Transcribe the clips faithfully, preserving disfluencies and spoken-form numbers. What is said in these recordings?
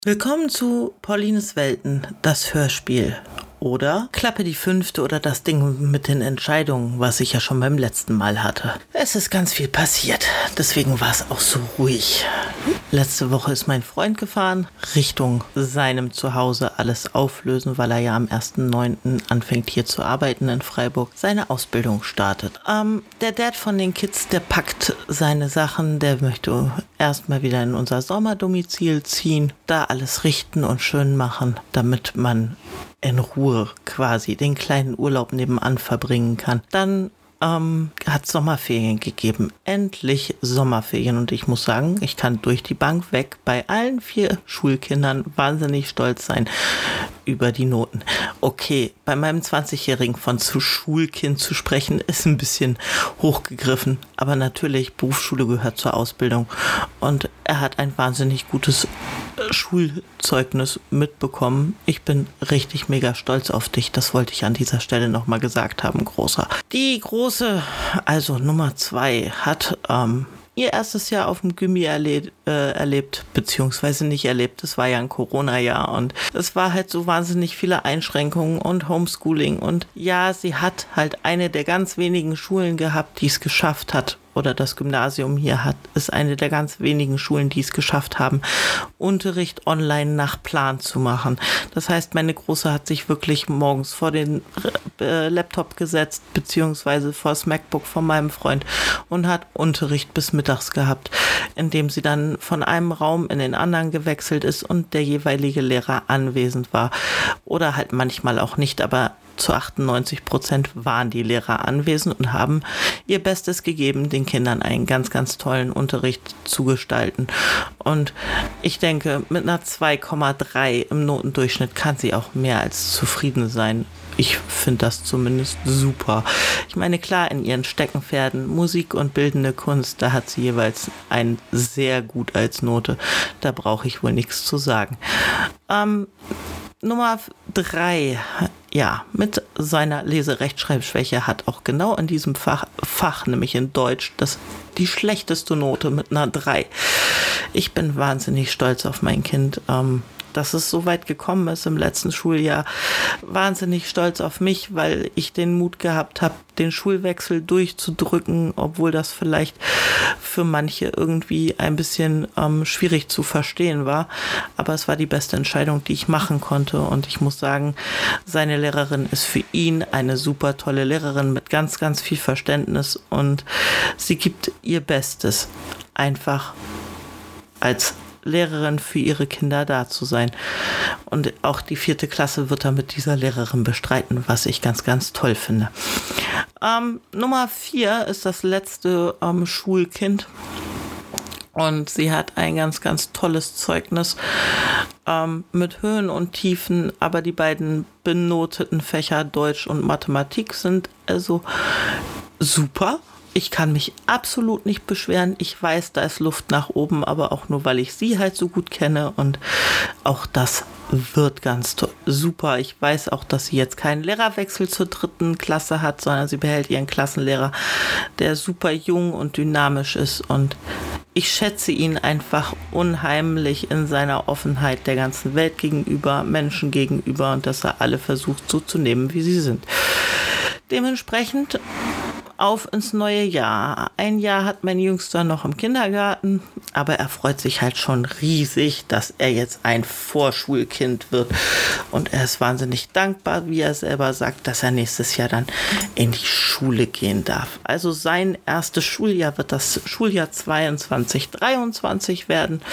Willkommen zu Paulines Welten, das Hörspiel. Oder Klappe die Fünfte oder das Ding mit den Entscheidungen, was ich ja schon beim letzten Mal hatte. Es ist ganz viel passiert, deswegen war es auch so ruhig. Letzte Woche ist mein Freund gefahren, Richtung seinem Zuhause alles auflösen, weil er ja am ersten neunten anfängt hier zu arbeiten in Freiburg, seine Ausbildung startet. Ähm, der Dad von den Kids, der packt seine Sachen, der möchte erstmal wieder in unser Sommerdomizil ziehen, da alles richten und schön machen, damit man in Ruhe quasi den kleinen Urlaub nebenan verbringen kann. Dann ähm, hat es Sommerferien gegeben. Endlich Sommerferien. Und ich muss sagen, ich kann durch die Bank weg bei allen vier Schulkindern wahnsinnig stolz sein über die Noten. Okay, bei meinem zwanzigjährigen von zu Schulkind zu sprechen, ist ein bisschen hochgegriffen. Aber natürlich, Berufsschule gehört zur Ausbildung. Und er hat ein wahnsinnig gutes Schulzeugnis mitbekommen. Ich bin richtig mega stolz auf dich. Das wollte ich an dieser Stelle nochmal gesagt haben, Großer. Die Große, also Nummer zwei, hat ähm, ihr erstes Jahr auf dem Gymi erle- äh, erlebt, beziehungsweise nicht erlebt. Es war ja ein Corona-Jahr und es war halt so wahnsinnig viele Einschränkungen und Homeschooling. Und ja, sie hat halt eine der ganz wenigen Schulen gehabt, die es geschafft hat, oder das Gymnasium hier hat, ist eine der ganz wenigen Schulen, die es geschafft haben, Unterricht online nach Plan zu machen. Das heißt, meine Große hat sich wirklich morgens vor den äh, Laptop gesetzt, beziehungsweise vor das MacBook von meinem Freund und hat Unterricht bis mittags gehabt, indem sie dann von einem Raum in den anderen gewechselt ist und der jeweilige Lehrer anwesend war. Oder halt manchmal auch nicht, aber zu achtundneunzig Prozent waren die Lehrer anwesend und haben ihr Bestes gegeben, den Kindern einen ganz, ganz tollen Unterricht zu gestalten. Und ich denke, mit einer zwei Komma drei im Notendurchschnitt kann sie auch mehr als zufrieden sein. Ich finde das zumindest super. Ich meine, klar, in ihren Steckenpferden Musik und bildende Kunst, da hat sie jeweils ein sehr gut als Note. Da brauche ich wohl nichts zu sagen. Ähm, Nummer drei, ja, mit seiner Lese-Rechtschreibschwäche hat auch genau in diesem Fach, Fach, nämlich in Deutsch, das die schlechteste Note mit einer drei. Ich bin wahnsinnig stolz auf mein Kind, ähm, dass es so weit gekommen ist im letzten Schuljahr. Wahnsinnig stolz auf mich, weil ich den Mut gehabt habe, den Schulwechsel durchzudrücken, obwohl das vielleicht für manche irgendwie ein bisschen ähm, schwierig zu verstehen war. Aber es war die beste Entscheidung, die ich machen konnte. Und ich muss sagen, seine Lehrerin ist für ihn eine super tolle Lehrerin mit ganz, ganz viel Verständnis. Und sie gibt ihr Bestes, einfach als Lehrerin für ihre Kinder da zu sein. Und auch die vierte Klasse wird er mit dieser Lehrerin bestreiten, was ich ganz, ganz toll finde. Ähm, Nummer vier ist das letzte ähm, Schulkind. Und sie hat ein ganz, ganz tolles Zeugnis ähm, mit Höhen und Tiefen, aber die beiden benoteten Fächer Deutsch und Mathematik sind also super. Ich kann mich absolut nicht beschweren. Ich weiß, da ist Luft nach oben, aber auch nur, weil ich sie halt so gut kenne. Und auch das wird ganz to- super. Ich weiß auch, dass sie jetzt keinen Lehrerwechsel zur dritten Klasse hat, sondern sie behält ihren Klassenlehrer, der super jung und dynamisch ist. Und ich schätze ihn einfach unheimlich in seiner Offenheit der ganzen Welt gegenüber, Menschen gegenüber und dass er alle versucht so zu nehmen, wie sie sind. Dementsprechend auf ins neue Jahr. Ein Jahr hat mein Jüngster noch im Kindergarten, aber er freut sich halt schon riesig, dass er jetzt ein Vorschulkind wird. Und er ist wahnsinnig dankbar, wie er selber sagt, dass er nächstes Jahr dann in die Schule gehen darf. Also sein erstes Schuljahr wird das Schuljahr zweiundzwanzig dreiundzwanzig werden.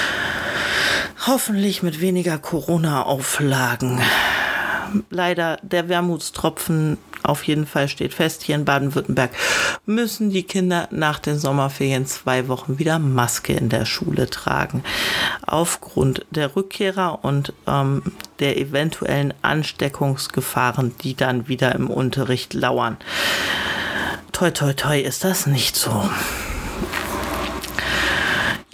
Hoffentlich mit weniger Corona-Auflagen. Leider der Wermutstropfen auf jeden Fall steht fest, hier in Baden-Württemberg müssen die Kinder nach den Sommerferien zwei Wochen wieder Maske in der Schule tragen. Aufgrund der Rückkehrer und ähm, der eventuellen Ansteckungsgefahren, die dann wieder im Unterricht lauern. Toi, toi, toi, ist das nicht so.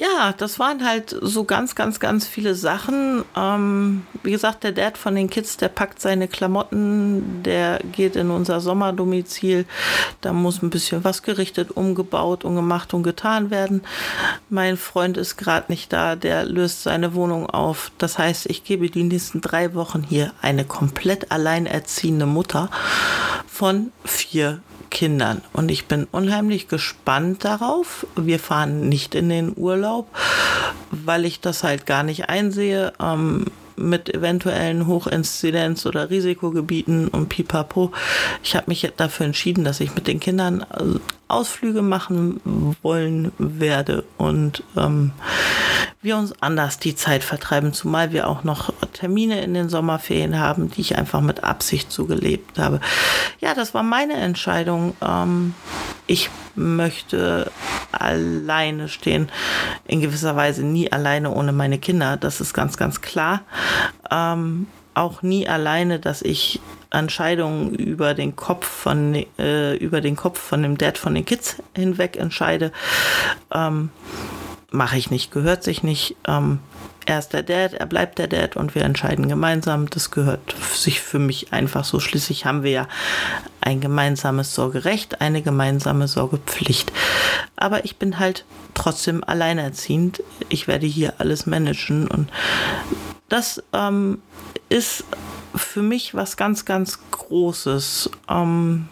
Ja, das waren halt so ganz, ganz, ganz viele Sachen. Ähm, wie gesagt, der Dad von den Kids, der packt seine Klamotten, der geht in unser Sommerdomizil. Da muss ein bisschen was gerichtet, umgebaut und gemacht und getan werden. Mein Freund ist gerade nicht da, der löst seine Wohnung auf. Das heißt, ich gebe die nächsten drei Wochen hier eine komplett alleinerziehende Mutter von vier Kindern. Und ich bin unheimlich gespannt darauf. Wir fahren nicht in den Urlaub, weil ich das halt gar nicht einsehe, ähm, mit eventuellen Hochinzidenz- oder Risikogebieten und pipapo. Ich habe mich dafür entschieden, dass ich mit den Kindern Ausflüge machen wollen werde und ähm, wir uns anders die Zeit vertreiben, zumal wir auch noch Termine in den Sommerferien haben, die ich einfach mit Absicht so gelebt habe. Ja, das war meine Entscheidung. Ähm, ich möchte alleine stehen, in gewisser Weise nie alleine ohne meine Kinder, das ist ganz, ganz klar. Ähm, auch nie alleine, dass ich Entscheidungen über den Kopf von äh, über den Kopf von dem Dad von den Kids hinweg entscheide. Ähm, mache ich nicht, gehört sich nicht. Ähm, er ist der Dad, er bleibt der Dad und wir entscheiden gemeinsam. Das gehört sich für mich einfach so. Schließlich haben wir ja ein gemeinsames Sorgerecht, eine gemeinsame Sorgepflicht. Aber ich bin halt trotzdem alleinerziehend. Ich werde hier alles managen und das ähm, ist für mich was ganz, ganz Großes. Ähm,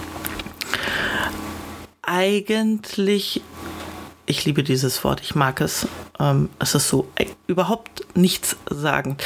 eigentlich, ich liebe dieses Wort, ich mag es. Ähm, es ist so äh, überhaupt nichts sagend.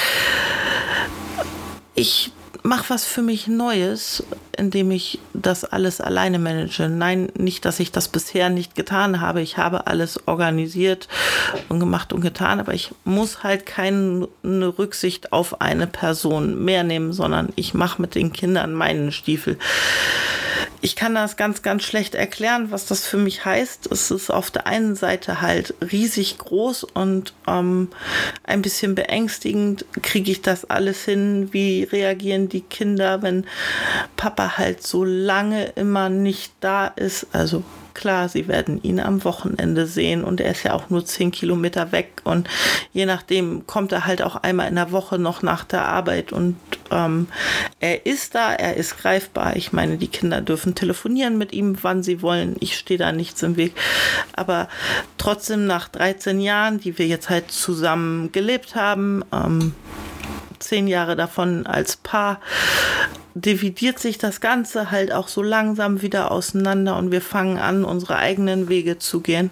Ich mache was für mich Neues, indem ich das alles alleine manage. Nein, nicht, dass ich das bisher nicht getan habe. Ich habe alles organisiert und gemacht und getan, aber ich muss halt keine Rücksicht auf eine Person mehr nehmen, sondern ich mache mit den Kindern meinen Stiefel. Ich kann das ganz, ganz schlecht erklären, was das für mich heißt. Es ist auf der einen Seite halt riesig groß und ähm, ein bisschen beängstigend. Kriege ich das alles hin? Wie reagieren die Kinder, wenn Papa halt so lange immer nicht da ist? Also klar, sie werden ihn am Wochenende sehen und er ist ja auch nur zehn Kilometer weg und je nachdem kommt er halt auch einmal in der Woche noch nach der Arbeit und ähm, er ist da, er ist greifbar. Ich meine, die Kinder dürfen telefonieren mit ihm, wann sie wollen. Ich stehe da nichts im Weg. Aber trotzdem nach dreizehn Jahren, die wir jetzt halt zusammen gelebt haben, ähm, zehn Jahre davon als Paar, dividiert sich das Ganze halt auch so langsam wieder auseinander und wir fangen an, unsere eigenen Wege zu gehen.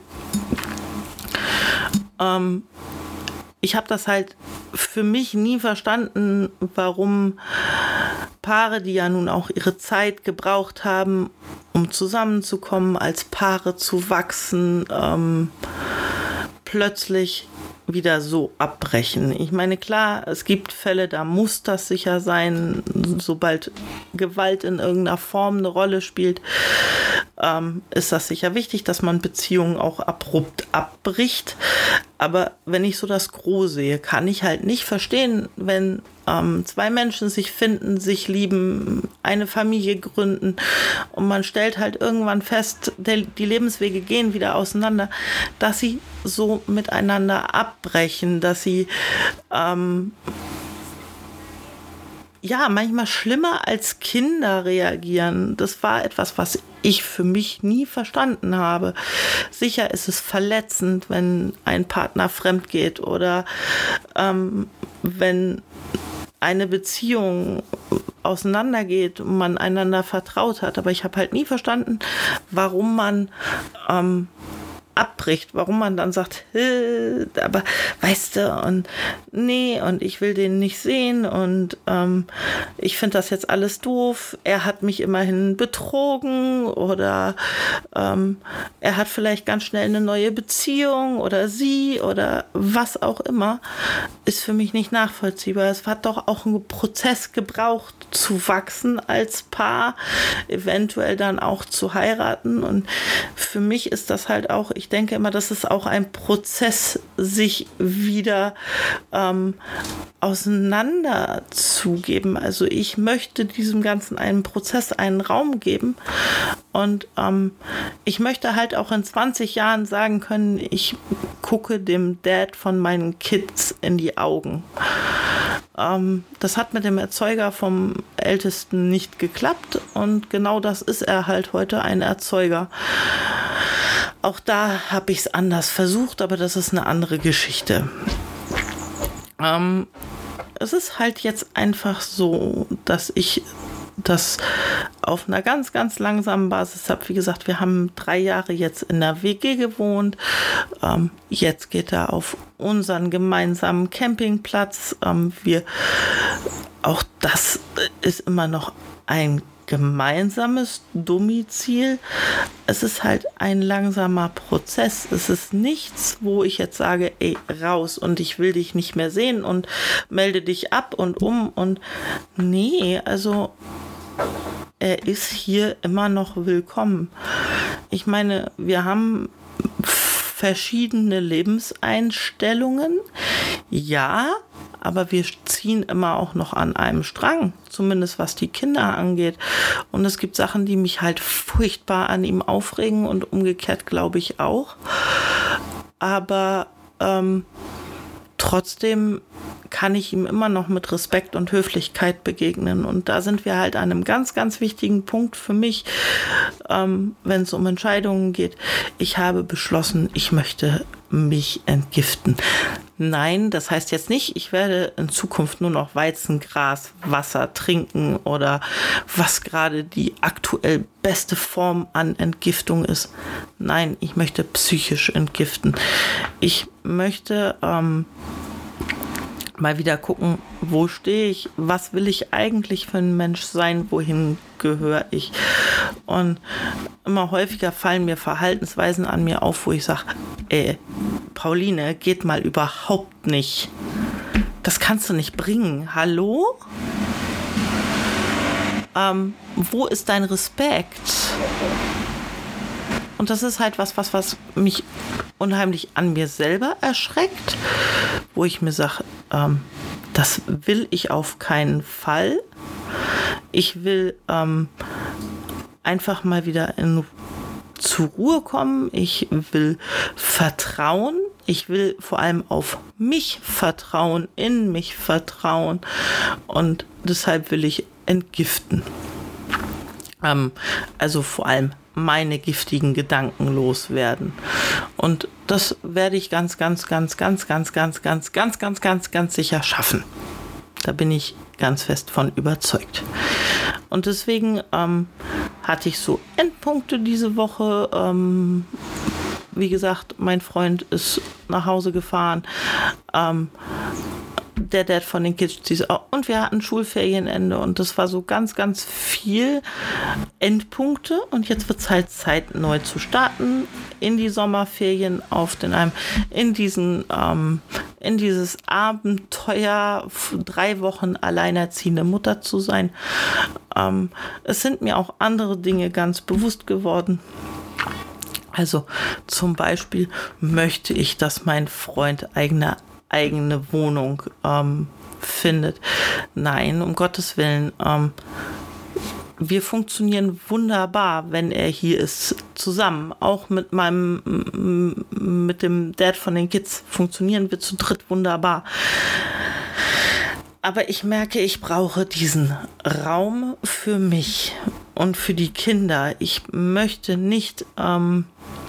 Ähm, ich habe das halt für mich nie verstanden, warum Paare, die ja nun auch ihre Zeit gebraucht haben, um zusammenzukommen, als Paare zu wachsen, ähm, plötzlich wieder so abbrechen. Ich meine, klar, es gibt Fälle, da muss das sicher sein, sobald Gewalt in irgendeiner Form eine Rolle spielt, ähm, ist das sicher wichtig, dass man Beziehungen auch abrupt abbricht. Aber wenn ich so das Gros sehe, kann ich halt nicht verstehen, wenn ähm, zwei Menschen sich finden, sich lieben, eine Familie gründen und man stellt halt irgendwann fest, der, die Lebenswege gehen wieder auseinander, dass sie so miteinander abbrechen, dass sie ähm, ja, manchmal schlimmer als Kinder reagieren. Das war etwas, was ich für mich nie verstanden habe. Sicher ist es verletzend, wenn ein Partner fremd geht oder ähm, wenn eine Beziehung auseinandergeht und man einander vertraut hat. Aber ich habe halt nie verstanden, warum man ähm, abbricht, warum man dann sagt, aber weißt du, und nee, und ich will den nicht sehen und ähm, ich finde das jetzt alles doof, er hat mich immerhin betrogen oder ähm, er hat vielleicht ganz schnell eine neue Beziehung oder sie oder was auch immer, ist für mich nicht nachvollziehbar. Es hat doch auch einen Prozess gebraucht, zu wachsen als Paar, eventuell dann auch zu heiraten und für mich ist das halt auch, ich denke immer, das ist auch ein Prozess, sich wieder ähm, auseinanderzugeben. Also ich möchte diesem ganzen einen Prozess einen Raum geben und ähm, ich möchte halt auch in zwanzig Jahren sagen können, ich gucke dem Dad von meinen Kids in die Augen. Ähm, das hat mit dem Erzeuger vom Ältesten nicht geklappt und genau das ist er halt heute, ein Erzeuger. Auch da habe ich es anders versucht, aber das ist eine andere Geschichte. Ähm, es ist halt jetzt einfach so, dass ich das auf einer ganz, ganz langsamen Basis habe. Wie gesagt, wir haben drei Jahre jetzt in der W G gewohnt. Ähm, jetzt geht er auf unseren gemeinsamen Campingplatz. Ähm, wir, auch das ist immer noch ein gemeinsames Domizil. Es ist halt ein langsamer Prozess. Es ist nichts, wo ich jetzt sage, ey, raus und ich will dich nicht mehr sehen und melde dich ab und um und nee, also er ist hier immer noch willkommen. Ich meine, wir haben verschiedene Lebenseinstellungen, ja, aber wir ziehen immer auch noch an einem Strang, zumindest was die Kinder angeht. Und es gibt Sachen, die mich halt furchtbar an ihm aufregen und umgekehrt glaube ich auch. Aber ähm, trotzdem kann ich ihm immer noch mit Respekt und Höflichkeit begegnen. Und da sind wir halt an einem ganz, ganz wichtigen Punkt für mich, ähm, wenn es um Entscheidungen geht. Ich habe beschlossen, ich möchte mich entgiften. Nein, das heißt jetzt nicht, ich werde in Zukunft nur noch Weizengras, Wasser trinken oder was gerade die aktuell beste Form an Entgiftung ist. Nein, ich möchte psychisch entgiften. Ich möchte ähm, mal wieder gucken, wo stehe ich, was will ich eigentlich für ein Mensch sein, wohin gehöre ich. Und immer häufiger fallen mir Verhaltensweisen an mir auf, wo ich sage, ey, Pauline, geht mal überhaupt nicht. Das kannst du nicht bringen. Hallo? Ähm, wo ist dein Respekt? Und das ist halt was, was, was mich unheimlich an mir selber erschreckt, wo ich mir sage, ähm, das will ich auf keinen Fall. Ich will ähm, einfach mal wieder in, zur Ruhe kommen. Ich will vertrauen. Ich will vor allem auf mich vertrauen, in mich vertrauen. Und deshalb will ich entgiften. Ähm, also vor allem meine giftigen Gedanken loswerden. Und das werde ich ganz, ganz, ganz, ganz, ganz, ganz, ganz, ganz, ganz, ganz, ganz sicher schaffen. Da bin ich ganz fest von überzeugt. Und deswegen ähm, hatte ich so Endpunkte diese Woche. Ähm, wie gesagt, mein Freund ist nach Hause gefahren. Ähm, der Dad von den Kids auch. Und wir hatten Schulferienende und das war so ganz, ganz viel Endpunkte und jetzt wird es halt Zeit, neu zu starten in die Sommerferien auf den einem, in diesen, ähm, in dieses Abenteuer, drei Wochen alleinerziehende Mutter zu sein. Ähm, es sind mir auch andere Dinge ganz bewusst geworden. Also zum Beispiel möchte ich, dass mein Freund eigene eigene Wohnung ähm, findet. Nein, um Gottes Willen. Ähm, wir funktionieren wunderbar, wenn er hier ist, zusammen. Auch mit meinem, mit dem Dad von den Kids funktionieren wir zu dritt wunderbar. Aber ich merke, ich brauche diesen Raum für mich und für die Kinder. Ich möchte nicht ähm,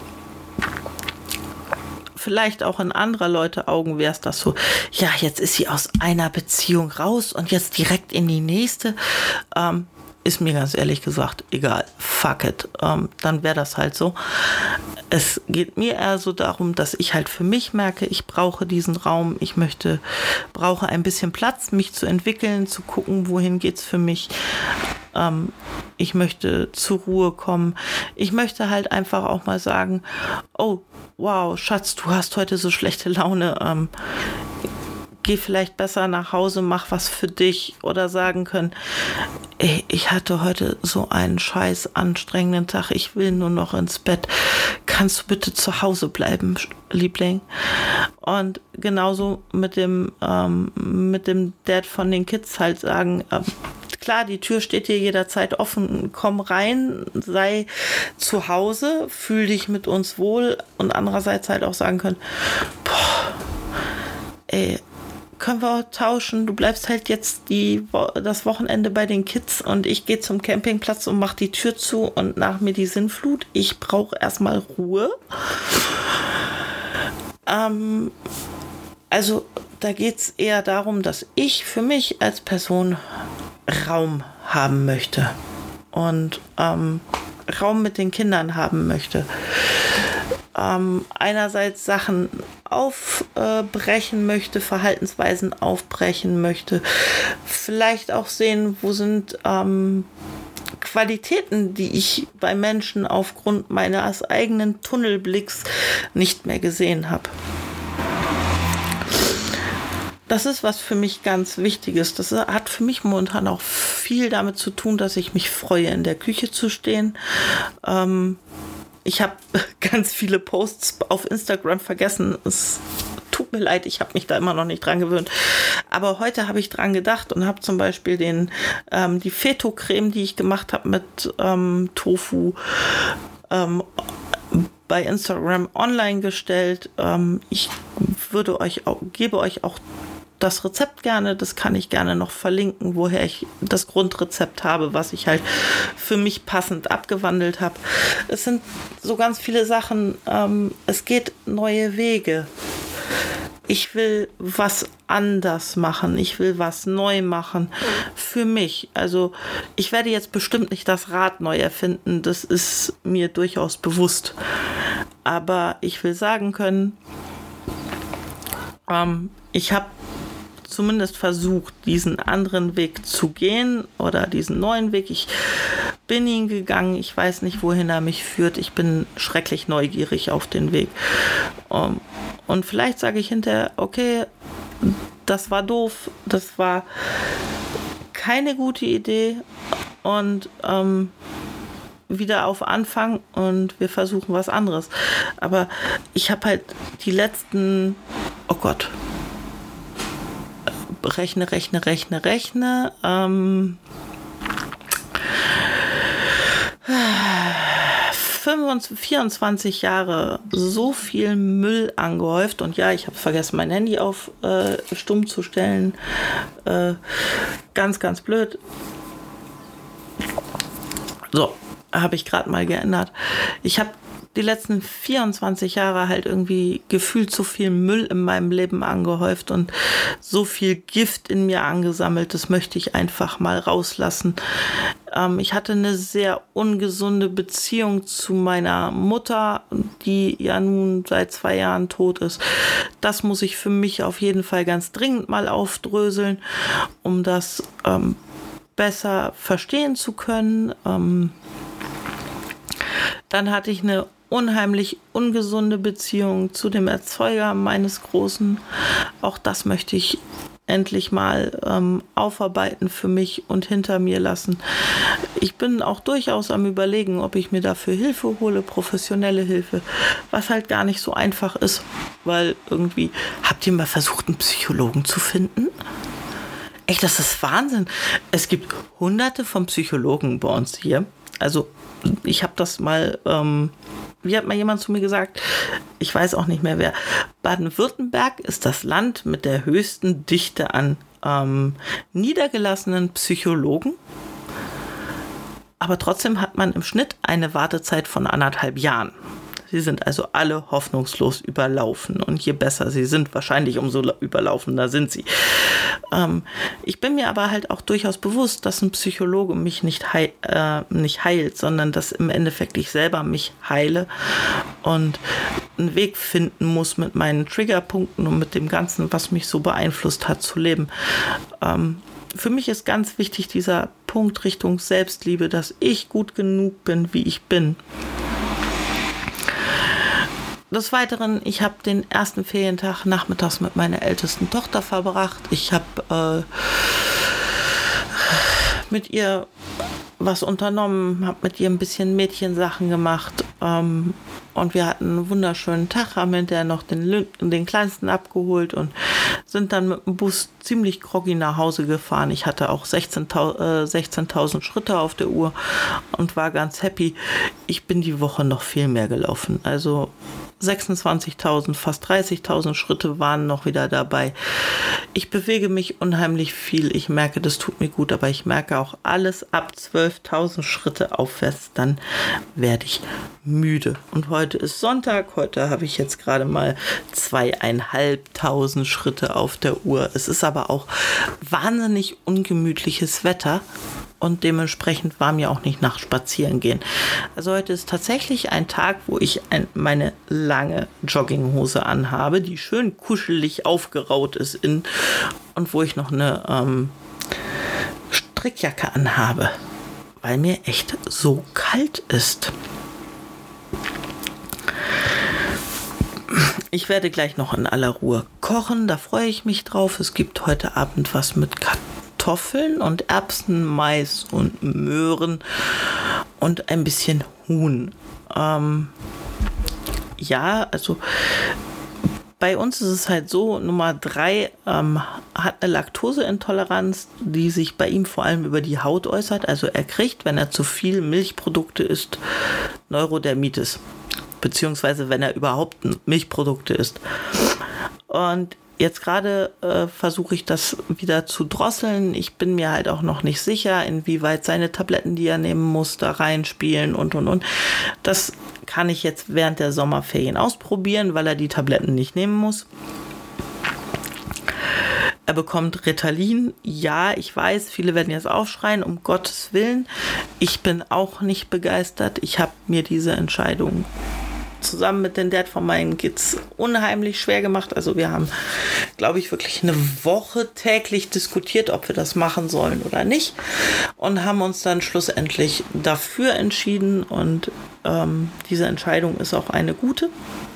vielleicht auch in anderer Leute Augen wäre es das so, ja, jetzt ist sie aus einer Beziehung raus und jetzt direkt in die nächste. Ähm, ist mir ganz ehrlich gesagt egal. Fuck it. Ähm, dann wäre das halt so. Es geht mir eher so darum, dass ich halt für mich merke, ich brauche diesen Raum. Ich möchte, brauche ein bisschen Platz, mich zu entwickeln, zu gucken, wohin geht's für mich. Ähm, ich möchte zur Ruhe kommen. Ich möchte halt einfach auch mal sagen, oh, wow, Schatz, du hast heute so schlechte Laune. Ähm, geh vielleicht besser nach Hause, mach was für dich. Oder sagen können, ey, ich hatte heute so einen scheiß anstrengenden Tag, ich will nur noch ins Bett. kannst du bitte zu Hause bleiben, Liebling? Und genauso mit dem, ähm, mit dem Dad von den Kids halt sagen, ähm, klar, die Tür steht dir jederzeit offen, komm rein, sei zu Hause, fühl dich mit uns wohl und andererseits halt auch sagen können, boah, ey, können wir tauschen, du bleibst halt jetzt die, das Wochenende bei den Kids und ich gehe zum Campingplatz und mach die Tür zu und nach mir die Sinnflut. Ich brauche erstmal Ruhe. Ähm, also da geht es eher darum, dass ich für mich als Person Raum haben möchte und ähm, Raum mit den Kindern haben möchte. Ähm, einerseits Sachen aufbrechen äh, möchte, Verhaltensweisen aufbrechen möchte, vielleicht auch sehen, wo sind ähm, Qualitäten, die ich bei Menschen aufgrund meines eigenen Tunnelblicks nicht mehr gesehen habe. Das ist was für mich ganz Wichtiges. Das hat für mich momentan auch viel damit zu tun, dass ich mich freue, in der Küche zu stehen. Ähm, ich habe ganz viele Posts auf Instagram vergessen. Es tut mir leid, ich habe mich da immer noch nicht dran gewöhnt. Aber heute habe ich dran gedacht und habe zum Beispiel den, ähm, die Feto-Creme, die ich gemacht habe mit ähm, Tofu, ähm, bei Instagram online gestellt. Ähm, ich würde euch auch, gebe euch auch das Rezept gerne, das kann ich gerne noch verlinken, woher ich das Grundrezept habe, was ich halt für mich passend abgewandelt habe. Es sind so ganz viele Sachen, ähm, es geht neue Wege. Ich will was anders machen, ich will was neu machen für mich. Also ich werde jetzt bestimmt nicht das Rad neu erfinden, das ist mir durchaus bewusst. Aber ich will sagen können, ähm, ich habe zumindest versucht, diesen anderen Weg zu gehen oder diesen neuen Weg. Ich bin ihn gegangen. Ich weiß nicht, wohin er mich führt. Ich bin schrecklich neugierig auf den Weg. Um, und vielleicht sage ich hinterher, okay, das war doof. Das war keine gute Idee. Und ähm, wieder auf Anfang und wir versuchen was anderes. Aber ich habe halt die letzten, oh Gott, rechne, rechne, rechne, rechne. Ähm, vierundzwanzig Jahre so viel Müll angehäuft und ja, ich habe vergessen, mein Handy auf äh, stumm zu stellen. Äh, ganz, ganz blöd. So, habe ich gerade mal geändert. Ich habe die letzten vierundzwanzig Jahre halt irgendwie gefühlt so viel Müll in meinem Leben angehäuft und so viel Gift in mir angesammelt, das möchte ich einfach mal rauslassen. Ähm, ich hatte eine sehr ungesunde Beziehung zu meiner Mutter, die ja nun seit zwei Jahren tot ist. Das muss ich für mich auf jeden Fall ganz dringend mal aufdröseln, um das ähm, besser verstehen zu können. Ähm, dann hatte ich eine unheimlich ungesunde Beziehung zu dem Erzeuger meines Großen. Auch das möchte ich endlich mal ähm, aufarbeiten für mich und hinter mir lassen. Ich bin auch durchaus am Überlegen, ob ich mir dafür Hilfe hole, professionelle Hilfe, was halt gar nicht so einfach ist, weil irgendwie, habt ihr mal versucht, einen Psychologen zu finden? Echt, das ist Wahnsinn. Es gibt hunderte von Psychologen bei uns hier. Also ich habe das mal, ähm, wie hat mal jemand zu mir gesagt, ich weiß auch nicht mehr wer, Baden-Württemberg ist das Land mit der höchsten Dichte an ähm, niedergelassenen Psychologen, aber trotzdem hat man im Schnitt eine Wartezeit von anderthalb Jahren. Sie sind also alle hoffnungslos überlaufen und je besser sie sind, wahrscheinlich umso überlaufender sind sie. Ähm, ich bin mir aber halt auch durchaus bewusst, dass ein Psychologe mich nicht, heil, äh, nicht heilt, sondern dass im Endeffekt ich selber mich heile und einen Weg finden muss, mit meinen Triggerpunkten und mit dem Ganzen, was mich so beeinflusst hat, zu leben. Ähm, für mich ist ganz wichtig dieser Punkt Richtung Selbstliebe, dass ich gut genug bin, wie ich bin. Des Weiteren, ich habe den ersten Ferientag nachmittags mit meiner ältesten Tochter verbracht. Ich habe äh, mit ihr was unternommen, habe mit ihr ein bisschen Mädchensachen gemacht. Ähm, Und wir hatten einen wunderschönen Tag, haben hinterher noch den, den Kleinsten abgeholt und sind dann mit dem Bus ziemlich groggy nach Hause gefahren. Ich hatte auch sechzehntausend Schritte auf der Uhr und war ganz happy. Ich bin die Woche noch viel mehr gelaufen. Also sechsundzwanzigtausend, fast dreißigtausend Schritte waren noch wieder dabei. Ich bewege mich unheimlich viel. Ich merke, das tut mir gut, aber ich merke auch alles ab zwölftausend Schritte aufwärts, dann werde ich müde. Und heute ist Sonntag. Heute habe ich jetzt gerade mal zweieinhalbtausend Schritte auf der Uhr. Es ist aber auch wahnsinnig ungemütliches Wetter. Und dementsprechend war mir auch nicht nach spazieren gehen. Also heute ist tatsächlich ein Tag, wo ich ein, meine lange Jogginghose anhabe, die schön kuschelig aufgeraut ist in, und wo ich noch eine ähm, Strickjacke anhabe, weil mir echt so kalt ist. Ich werde gleich noch in aller Ruhe kochen, da freue ich mich drauf. Es gibt heute Abend was mit Kartoffeln. Kartoffeln und Erbsen, Mais und Möhren und ein bisschen Huhn. Ähm, ja, also bei uns ist es halt so, Nummer drei ähm, hat eine Laktoseintoleranz, die sich bei ihm vor allem über die Haut äußert. Also er kriegt, wenn er zu viel Milchprodukte isst, Neurodermitis. Beziehungsweise wenn er überhaupt Milchprodukte isst. Und jetzt gerade äh, versuche ich das wieder zu drosseln. Ich bin mir halt auch noch nicht sicher, inwieweit seine Tabletten, die er nehmen muss, da reinspielen und, und, und. Das kann ich jetzt während der Sommerferien ausprobieren, weil er die Tabletten nicht nehmen muss. Er bekommt Ritalin. Ja, ich weiß, viele werden jetzt aufschreien, um Gottes Willen. Ich bin auch nicht begeistert. Ich habe mir diese Entscheidung zusammen mit den Dad von meinen Kids unheimlich schwer gemacht. Also wir haben, glaube ich, wirklich eine Woche täglich diskutiert, ob wir das machen sollen oder nicht, und haben uns dann schlussendlich dafür entschieden, und ähm, diese Entscheidung ist auch eine gute.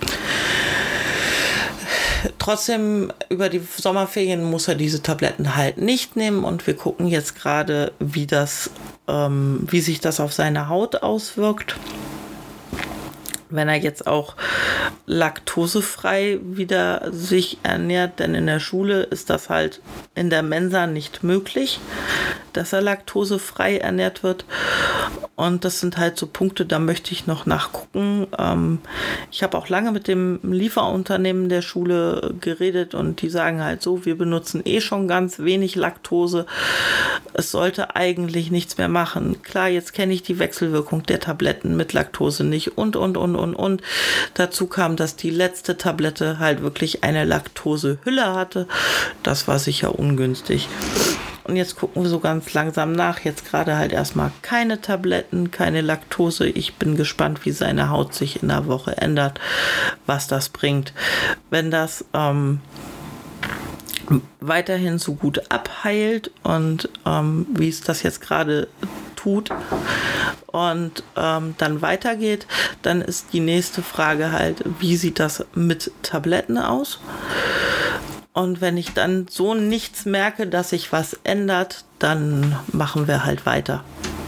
Trotzdem, über die Sommerferien muss er diese Tabletten halt nicht nehmen, und wir gucken jetzt gerade, wie das, ähm, wie sich das auf seine Haut auswirkt. Wenn er jetzt auch laktosefrei wieder sich ernährt, denn in der Schule ist das halt in der Mensa nicht möglich, dass er laktosefrei ernährt wird. Und das sind halt so Punkte, da möchte ich noch nachgucken. Ähm, ich habe auch lange mit dem Lieferunternehmen der Schule geredet, und die sagen halt so, wir benutzen eh schon ganz wenig Laktose. Es sollte eigentlich nichts mehr machen. Klar, jetzt kenne ich die Wechselwirkung der Tabletten mit Laktose nicht und, und, und, und, und. Dazu kam, dass die letzte Tablette halt wirklich eine Laktosehülle hatte. Das war sicher ungünstig. Und jetzt gucken wir so ganz langsam nach. Jetzt gerade halt erstmal keine Tabletten, keine Laktose. Ich bin gespannt, wie seine Haut sich in der Woche ändert, was das bringt. Wenn das ähm, weiterhin so gut abheilt und ähm, wie es das jetzt gerade tut und ähm, dann weitergeht, dann ist die nächste Frage halt, wie sieht das mit Tabletten aus? Und wenn ich dann so nichts merke, dass sich was ändert, dann machen wir halt weiter.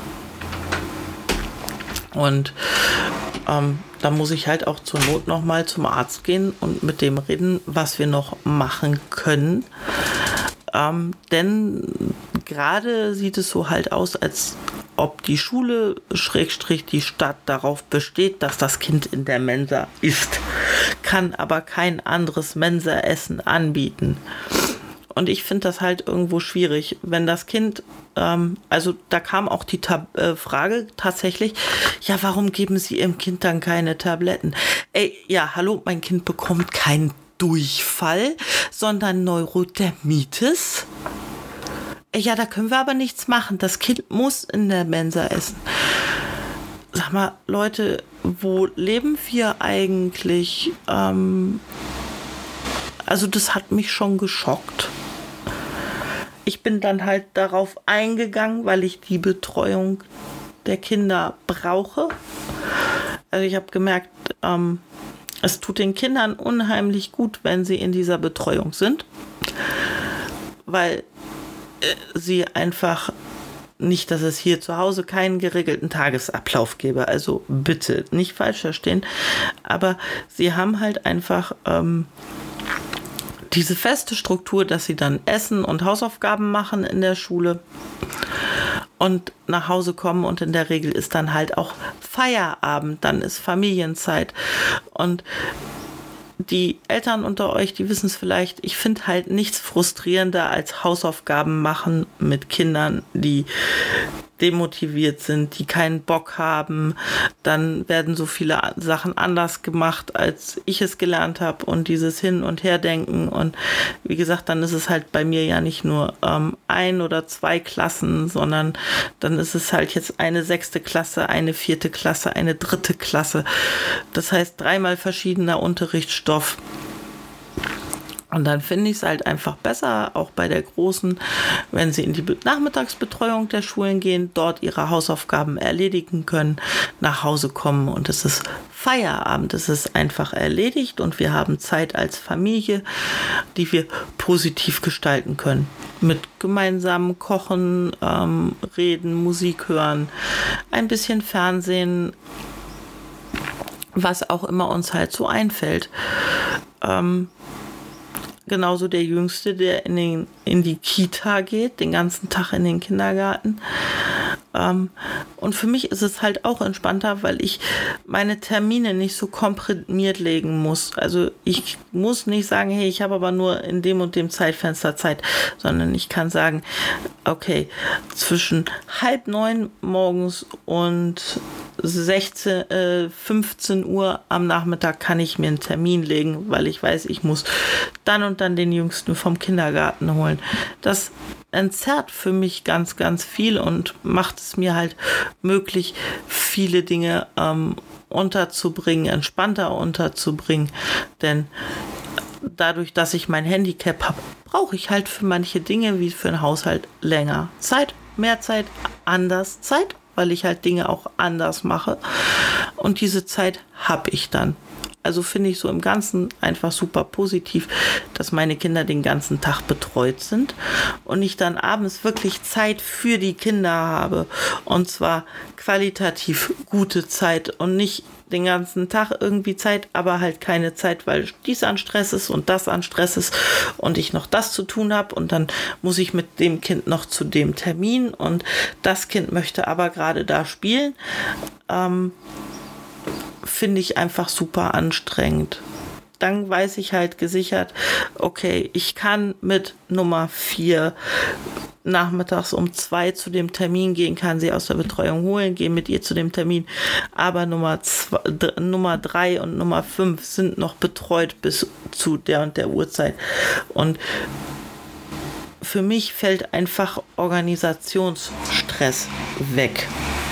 Und ähm, da muss ich halt auch zur Not nochmal zum Arzt gehen und mit dem reden, was wir noch machen können. Ähm, denn gerade sieht es so halt aus, als ob die Schule, Schrägstrich die Stadt, darauf besteht, dass das Kind in der Mensa isst, kann aber kein anderes Mensaessen anbieten. Und ich finde das halt irgendwo schwierig, wenn das Kind, ähm, also da kam auch die Tab- äh, Frage tatsächlich, ja, warum geben Sie Ihrem Kind dann keine Tabletten? Ey, ja, hallo, mein Kind bekommt keinen Durchfall, sondern Neurodermitis. Ja, da können wir aber nichts machen. Das Kind muss in der Mensa essen. Sag mal, Leute, wo leben wir eigentlich? Ähm, also das hat mich schon geschockt. Ich bin dann halt darauf eingegangen, weil ich die Betreuung der Kinder brauche. Also ich habe gemerkt, ähm, es tut den Kindern unheimlich gut, wenn sie in dieser Betreuung sind, weil sie einfach nicht, dass es hier zu Hause keinen geregelten Tagesablauf gäbe. Also bitte nicht falsch verstehen. Aber sie haben halt einfach ähm, diese feste Struktur, dass sie dann essen und Hausaufgaben machen in der Schule und nach Hause kommen, und in der Regel ist dann halt auch Feierabend, dann ist Familienzeit. Und die Eltern unter euch, die wissen es vielleicht, ich finde halt nichts frustrierender als Hausaufgaben machen mit Kindern, die demotiviert sind, die keinen Bock haben. Dann werden so viele Sachen anders gemacht, als ich es gelernt habe, und dieses Hin- und Herdenken. Und wie gesagt, dann ist es halt bei mir ja nicht nur ähm, ein oder zwei Klassen, sondern dann ist es halt jetzt eine sechste Klasse, eine vierte Klasse, eine dritte Klasse. Das heißt, dreimal verschiedener Unterrichtsstoff. Und dann finde ich es halt einfach besser, auch bei der Großen, wenn sie in die Nachmittagsbetreuung der Schulen gehen, dort ihre Hausaufgaben erledigen können, nach Hause kommen und es ist Feierabend. Es ist einfach erledigt und wir haben Zeit als Familie, die wir positiv gestalten können. Mit gemeinsamem Kochen, ähm, Reden, Musik hören, ein bisschen Fernsehen, was auch immer uns halt so einfällt. Ähm, Genauso der Jüngste, der in, den, in die Kita geht, den ganzen Tag in den Kindergarten. Ähm, und für mich ist es halt auch entspannter, weil ich meine Termine nicht so komprimiert legen muss. Also ich muss nicht sagen, hey, ich habe aber nur in dem und dem Zeitfenster Zeit, sondern ich kann sagen, okay, zwischen halb neun morgens und sechzehn, äh, fünfzehn Uhr am Nachmittag kann ich mir einen Termin legen, weil ich weiß, ich muss dann und dann den Jüngsten vom Kindergarten holen. Das entzerrt für mich ganz, ganz viel und macht es mir halt möglich, viele Dinge ähm, unterzubringen, entspannter unterzubringen. Denn dadurch, dass ich mein Handicap habe, brauche ich halt für manche Dinge wie für einen Haushalt länger Zeit, mehr Zeit, anders Zeit, weil ich halt Dinge auch anders mache. Und diese Zeit habe ich dann. Also finde ich so im Ganzen einfach super positiv, dass meine Kinder den ganzen Tag betreut sind und ich dann abends wirklich Zeit für die Kinder habe. Und zwar qualitativ gute Zeit und nicht den ganzen Tag irgendwie Zeit, aber halt keine Zeit, weil dies an Stress ist und das an Stress ist und ich noch das zu tun habe und dann muss ich mit dem Kind noch zu dem Termin und das Kind möchte aber gerade da spielen. Ähm, finde ich einfach super anstrengend. Dann weiß ich halt gesichert, okay, ich kann mit Nummer vier nachmittags um zwei zu dem Termin gehen, kann sie aus der Betreuung holen, gehe mit ihr zu dem Termin, aber Nummer zwei, d- Nummer drei und Nummer fünf sind noch betreut bis zu der und der Uhrzeit. Und für mich fällt einfach Organisationsstress weg.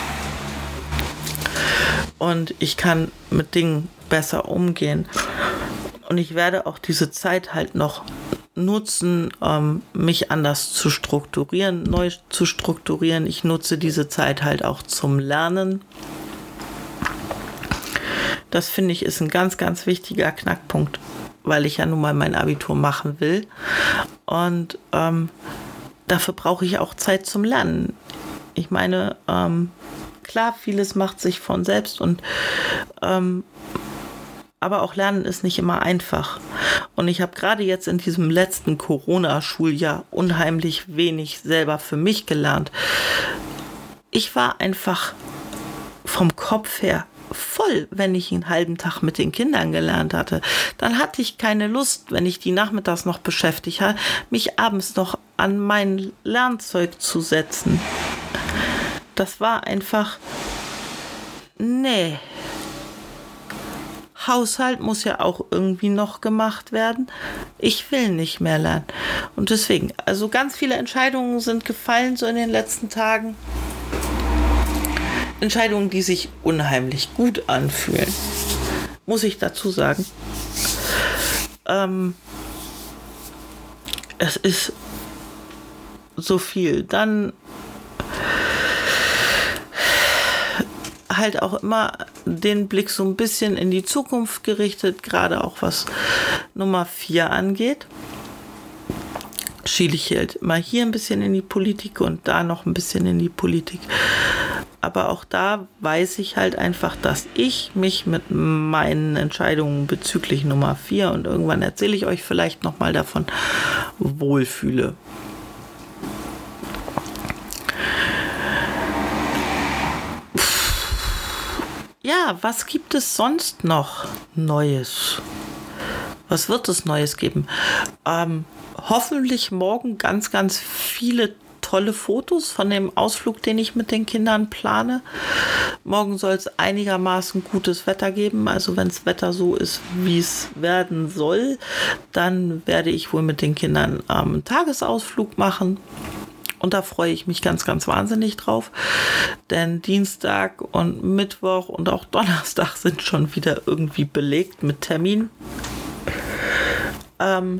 Und ich kann mit Dingen besser umgehen. Und ich werde auch diese Zeit halt noch nutzen, ähm, mich anders zu strukturieren, neu zu strukturieren. Ich nutze diese Zeit halt auch zum Lernen. Das finde ich ist ein ganz, ganz wichtiger Knackpunkt, weil ich ja nun mal mein Abitur machen will. Und ähm, dafür brauche ich auch Zeit zum Lernen. Ich meine, ähm, klar, vieles macht sich von selbst und ähm, aber auch Lernen ist nicht immer einfach. Und ich habe gerade jetzt in diesem letzten Corona-Schuljahr unheimlich wenig selber für mich gelernt. Ich war einfach vom Kopf her voll, wenn ich einen halben Tag mit den Kindern gelernt hatte. Dann hatte ich keine Lust, wenn ich die nachmittags noch beschäftigt habe, mich abends noch an mein Lernzeug zu setzen. Das war einfach, nee. Haushalt muss ja auch irgendwie noch gemacht werden. Ich will nicht mehr lernen. Und deswegen, also ganz viele Entscheidungen sind gefallen so in den letzten Tagen. Entscheidungen, die sich unheimlich gut anfühlen. Muss ich dazu sagen. Ähm, es ist so viel. Dann halt auch immer den Blick so ein bisschen in die Zukunft gerichtet, gerade auch was Nummer vier angeht. schiele ich halt mal hier ein bisschen in die Politik und da noch ein bisschen in die Politik. Aber auch da weiß ich halt einfach, dass ich mich mit meinen Entscheidungen bezüglich Nummer vier, und irgendwann erzähle ich euch vielleicht nochmal davon, wohlfühle. Ja, was gibt es sonst noch Neues? Was wird es Neues geben? Ähm, hoffentlich morgen ganz, ganz viele tolle Fotos von dem Ausflug, den ich mit den Kindern plane. Morgen soll es einigermaßen gutes Wetter geben. Also wenn das Wetter so ist, wie es werden soll, dann werde ich wohl mit den Kindern ähm, einen Tagesausflug machen. Und da freue ich mich ganz, ganz wahnsinnig drauf. Denn Dienstag und Mittwoch und auch Donnerstag sind schon wieder irgendwie belegt mit Terminen. Ähm,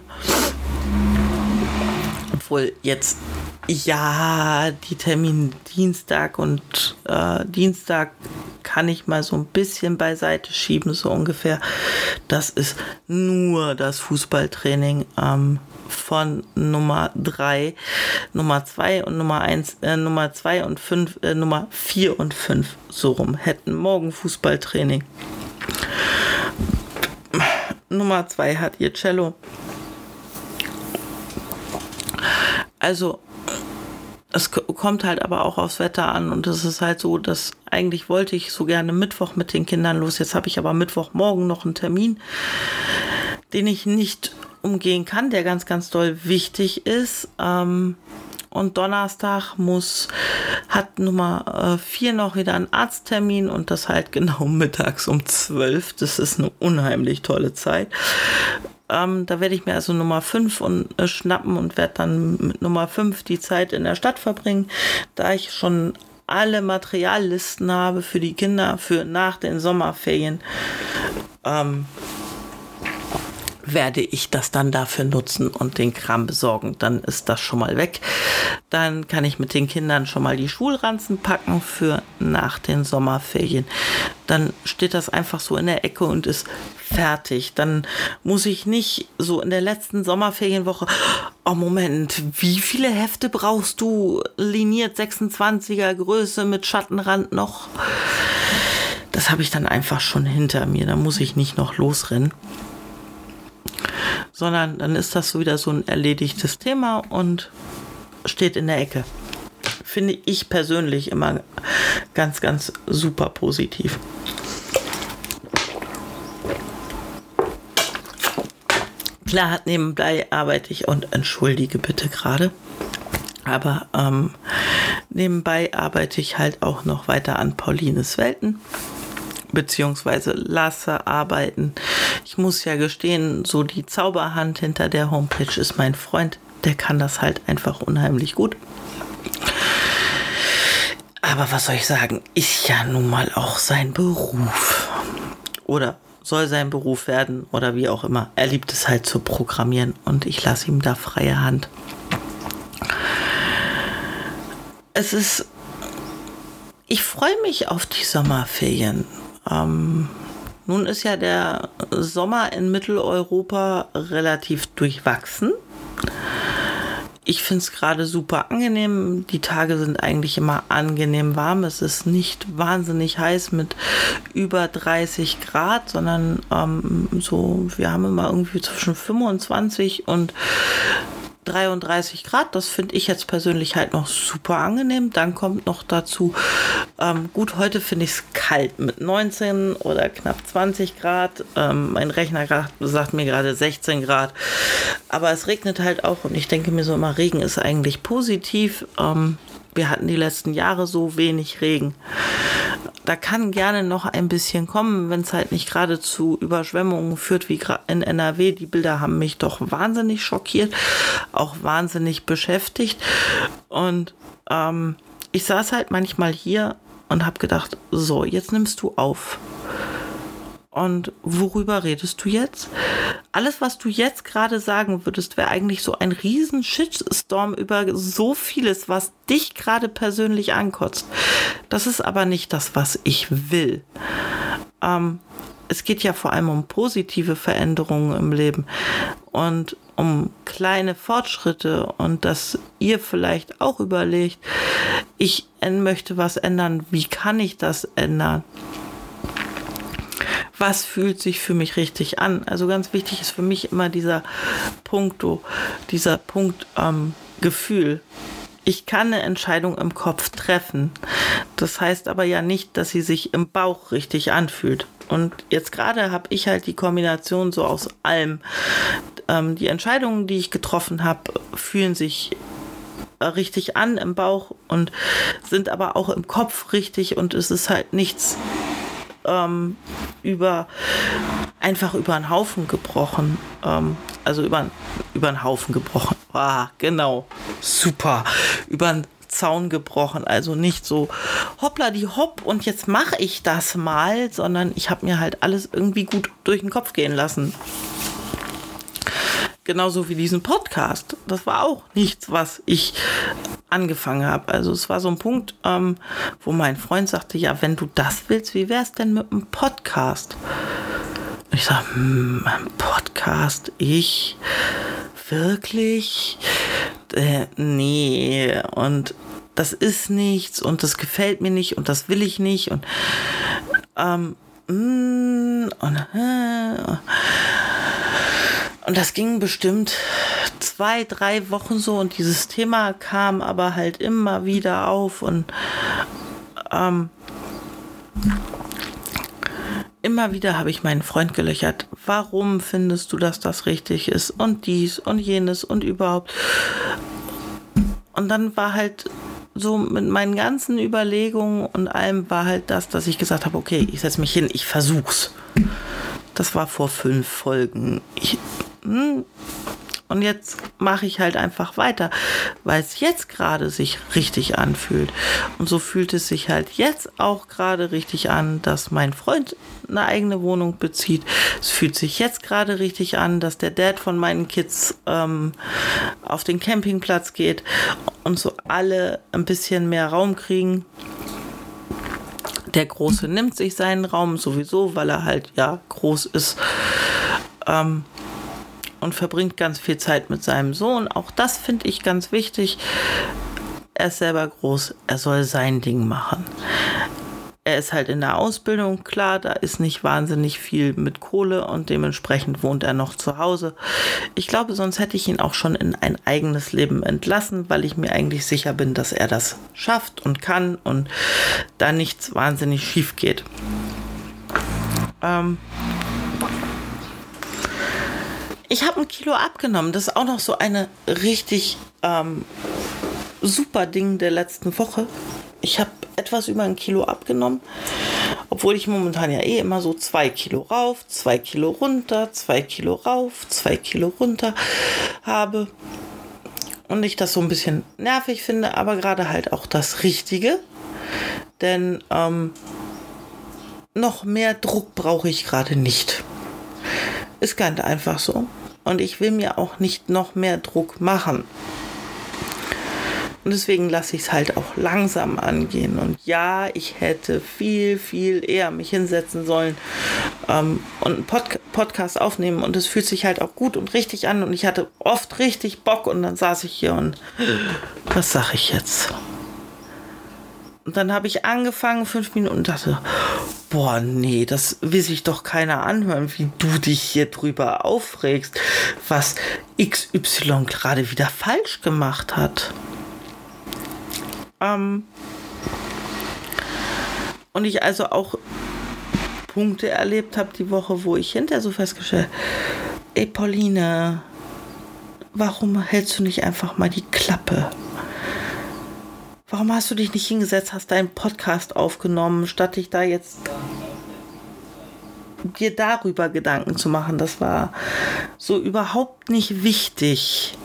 obwohl jetzt, ja, die Termine Dienstag und äh, Dienstag kann ich mal so ein bisschen beiseite schieben, so ungefähr. Das ist nur das Fußballtraining ähm, von Nummer drei, Nummer zwei und Nummer eins, äh, Nummer zwei und fünf, äh, Nummer vier und fünf, so rum, hätten morgen Fußballtraining. Nummer zwei hat ihr Cello. Also es kommt halt aber auch aufs Wetter an und es ist halt so, dass eigentlich wollte ich so gerne Mittwoch mit den Kindern los. Jetzt habe ich aber Mittwochmorgen noch einen Termin, den ich nicht umgehen kann, der ganz, ganz doll wichtig ist. Ähm, und Donnerstag muss, hat Nummer vier noch wieder einen Arzttermin und das halt genau mittags um zwölf. Das ist eine unheimlich tolle Zeit. Ähm, da werde ich mir also Nummer fünf und, äh, schnappen und werde dann mit Nummer fünf die Zeit in der Stadt verbringen, da ich schon alle Materiallisten habe für die Kinder für nach den Sommerferien. Ähm, werde ich das dann dafür nutzen und den Kram besorgen. Dann ist das schon mal weg. Dann kann ich mit den Kindern schon mal die Schulranzen packen für nach den Sommerferien. Dann steht das einfach so in der Ecke und ist fertig. Dann muss ich nicht so in der letzten Sommerferienwoche, oh Moment, wie viele Hefte brauchst du? Liniert sechsundzwanziger Größe mit Schattenrand noch? Das habe ich dann einfach schon hinter mir. Da muss ich nicht noch losrennen. Sondern dann ist das so wieder so ein erledigtes Thema und steht in der Ecke. Finde ich persönlich immer ganz, ganz super positiv. Klar, nebenbei arbeite ich und entschuldige bitte gerade, aber ähm, nebenbei arbeite ich halt auch noch weiter an Paulines Welten. Beziehungsweise lasse arbeiten. Ich muss ja gestehen, so die Zauberhand hinter der Homepage ist mein Freund. Der kann das halt einfach unheimlich gut. Aber was soll ich sagen, ist ja nun mal auch sein Beruf. Oder soll sein Beruf werden oder wie auch immer. Er liebt es halt zu programmieren und ich lasse ihm da freie Hand. Es ist... Ich freue mich auf die Sommerferien. Ähm, nun ist ja der Sommer in Mitteleuropa relativ durchwachsen. Ich finde es gerade super angenehm. Die Tage sind eigentlich immer angenehm warm. Es ist nicht wahnsinnig heiß mit über dreißig Grad, sondern ähm, so, wir haben immer irgendwie zwischen fünfundzwanzig und dreiunddreißig Grad, das finde ich jetzt persönlich halt noch super angenehm. Dann kommt noch dazu, ähm, gut, heute finde ich es kalt mit neunzehn oder knapp zwanzig Grad. Ähm, mein Rechner grad, sagt mir gerade sechzehn Grad. Aber es regnet halt auch und ich denke mir so immer, Regen ist eigentlich positiv. Ähm, wir hatten die letzten Jahre so wenig Regen. Da kann gerne noch ein bisschen kommen, wenn es halt nicht gerade zu Überschwemmungen führt, wie in N R W. Die Bilder haben mich doch wahnsinnig schockiert, auch wahnsinnig beschäftigt. Und ähm, ich saß halt manchmal hier und habe gedacht, so, jetzt nimmst du auf. Und worüber redest du jetzt? Alles, was du jetzt gerade sagen würdest, wäre eigentlich so ein riesen Shitstorm über so vieles, was dich gerade persönlich ankotzt. Das ist aber nicht das, was ich will. Ähm, es geht ja vor allem um positive Veränderungen im Leben. Und um kleine Fortschritte und dass ihr vielleicht auch überlegt, ich möchte was ändern, wie kann ich das ändern? Was fühlt sich für mich richtig an? Also ganz wichtig ist für mich immer dieser Punkt, dieser Punkt ähm, Gefühl. Ich kann eine Entscheidung im Kopf treffen. Das heißt aber ja nicht, dass sie sich im Bauch richtig anfühlt. Und jetzt gerade habe ich halt die Kombination so aus allem. Ähm, die Entscheidungen, die ich getroffen habe, fühlen sich richtig an im Bauch und sind aber auch im Kopf richtig und es ist halt nichts ähm, über einfach über einen Haufen gebrochen. Ähm, also über, über einen Haufen gebrochen. Ah, genau. Super. Über einen Zaun gebrochen. Also nicht so hoppla die hopp und jetzt mache ich das mal, sondern ich habe mir halt alles irgendwie gut durch den Kopf gehen lassen. Genauso wie diesen Podcast. Das war auch nichts, was ich angefangen habe. Also es war so ein Punkt, ähm, wo mein Freund sagte, ja, wenn du das willst, wie wär's denn mit einem Podcast? Und ich sage, hm, ein Podcast? Ich? Wirklich? Äh, nee. Und das ist nichts und das gefällt mir nicht und das will ich nicht. Und, ähm, mm, und, äh, und das ging bestimmt zwei, drei Wochen so und dieses Thema kam aber halt immer wieder auf und ähm, immer wieder habe ich meinen Freund gelöchert. Warum findest du, dass das richtig ist? Und dies und jenes und überhaupt. Und dann war halt so mit meinen ganzen Überlegungen und allem war halt das, dass ich gesagt habe, okay, ich setze mich hin, ich versuch's. Das war vor fünf Folgen. Ich, hm, und jetzt mache ich halt einfach weiter, weil es jetzt gerade sich richtig anfühlt. Und so fühlt es sich halt jetzt auch gerade richtig an, dass mein Freund eine eigene Wohnung bezieht. Es fühlt sich jetzt gerade richtig an, dass der Dad von meinen Kids ähm, auf den Campingplatz geht und so alle ein bisschen mehr Raum kriegen. Der Große nimmt sich seinen Raum sowieso, weil er halt ja groß ist. Ähm, und verbringt ganz viel Zeit mit seinem Sohn. Auch das finde ich ganz wichtig. Er ist selber groß, er soll sein Ding machen. Er ist halt in der Ausbildung, klar, da ist nicht wahnsinnig viel mit Kohle und dementsprechend wohnt er noch zu Hause. Ich glaube, sonst hätte ich ihn auch schon in ein eigenes Leben entlassen, weil ich mir eigentlich sicher bin, dass er das schafft und kann und da nichts wahnsinnig schief geht. Ähm... Ich habe ein Kilo abgenommen. Das ist auch noch so eine richtig ähm, super Ding der letzten Woche. Ich habe etwas über ein Kilo abgenommen, obwohl ich momentan ja eh immer so zwei Kilo rauf, zwei Kilo runter, zwei Kilo rauf, zwei Kilo runter habe. Und ich das so ein bisschen nervig finde, aber gerade halt auch das Richtige. Denn ähm, noch mehr Druck brauche ich gerade nicht. Ist ganz einfach so. Und ich will mir auch nicht noch mehr Druck machen. Und deswegen lasse ich es halt auch langsam angehen. Und ja, ich hätte viel, viel eher mich hinsetzen sollen ähm, und einen Pod- Podcast aufnehmen. Und es fühlt sich halt auch gut und richtig an. Und ich hatte oft richtig Bock. Und dann saß ich hier und was sage ich jetzt? Und dann habe ich angefangen, fünf Minuten und dachte, boah, nee, das will sich doch keiner anhören, wie du dich hier drüber aufregst, was X Y gerade wieder falsch gemacht hat. Ähm und ich also auch Punkte erlebt habe die Woche, wo ich hinterher so festgestellt habe, ey Pauline, warum hältst du nicht einfach mal die Klappe? Warum hast du dich nicht hingesetzt, hast deinen Podcast aufgenommen, statt dich da jetzt dir darüber Gedanken zu machen? Das war so überhaupt nicht wichtig.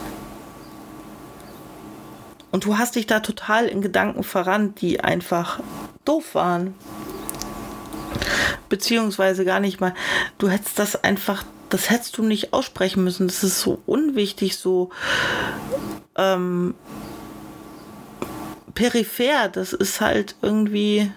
Und du hast dich da total in Gedanken verrannt, die einfach doof waren. Beziehungsweise gar nicht mal. Du hättest das einfach, das hättest du nicht aussprechen müssen. Das ist so unwichtig, so ähm, peripher, das ist halt irgendwie,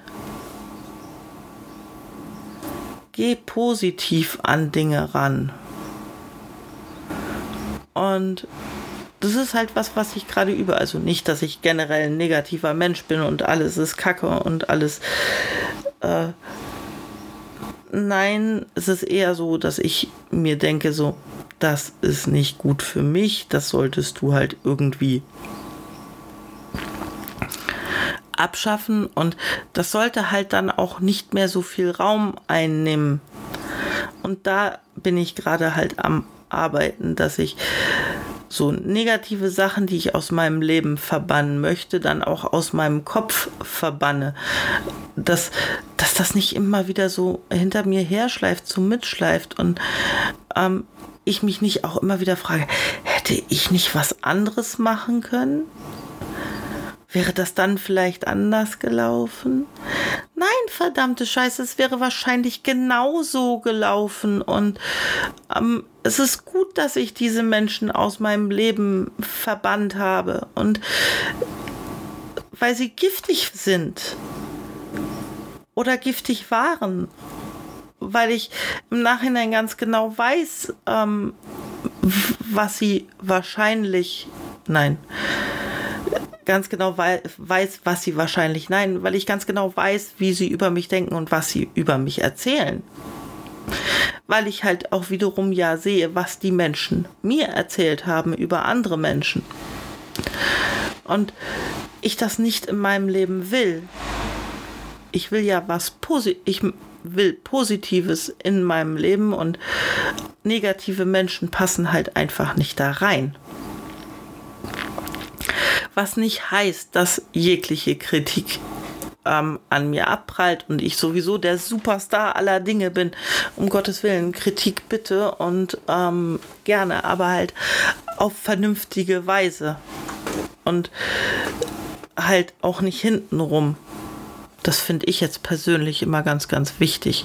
geh positiv an Dinge ran. Und das ist halt was, was ich gerade übe. Also nicht, dass ich generell ein negativer Mensch bin und alles ist Kacke und alles. Äh, nein, es ist eher so, dass ich mir denke, so, das ist nicht gut für mich. Das solltest du halt irgendwie abschaffen. Und das sollte halt dann auch nicht mehr so viel Raum einnehmen. Und da bin ich gerade halt am Arbeiten, dass ich so negative Sachen, die ich aus meinem Leben verbannen möchte, dann auch aus meinem Kopf verbanne. Dass, dass das nicht immer wieder so hinter mir herschleift, so mitschleift und ähm, ich mich nicht auch immer wieder frage, hätte ich nicht was anderes machen können? Wäre das dann vielleicht anders gelaufen? Nein, verdammte Scheiße, es wäre wahrscheinlich genauso gelaufen. Und ähm, es ist gut, dass ich diese Menschen aus meinem Leben verbannt habe. Und weil sie giftig sind oder giftig waren. Weil ich im Nachhinein ganz genau weiß, ähm, was sie wahrscheinlich... Nein... ganz genau weiß, was sie wahrscheinlich, nein, weil ich ganz genau weiß, wie sie über mich denken und was sie über mich erzählen. Weil ich halt auch wiederum ja sehe, was die Menschen mir erzählt haben über andere Menschen. Und ich das nicht in meinem Leben will. Ich will ja was Positives, ich will Positives in meinem Leben und negative Menschen passen halt einfach nicht da rein. Was nicht heißt, dass jegliche Kritik ähm, an mir abprallt und ich sowieso der Superstar aller Dinge bin. Um Gottes Willen, Kritik bitte und ähm, gerne, aber halt auf vernünftige Weise. Und halt auch nicht hintenrum. Das finde ich jetzt persönlich immer ganz, ganz wichtig.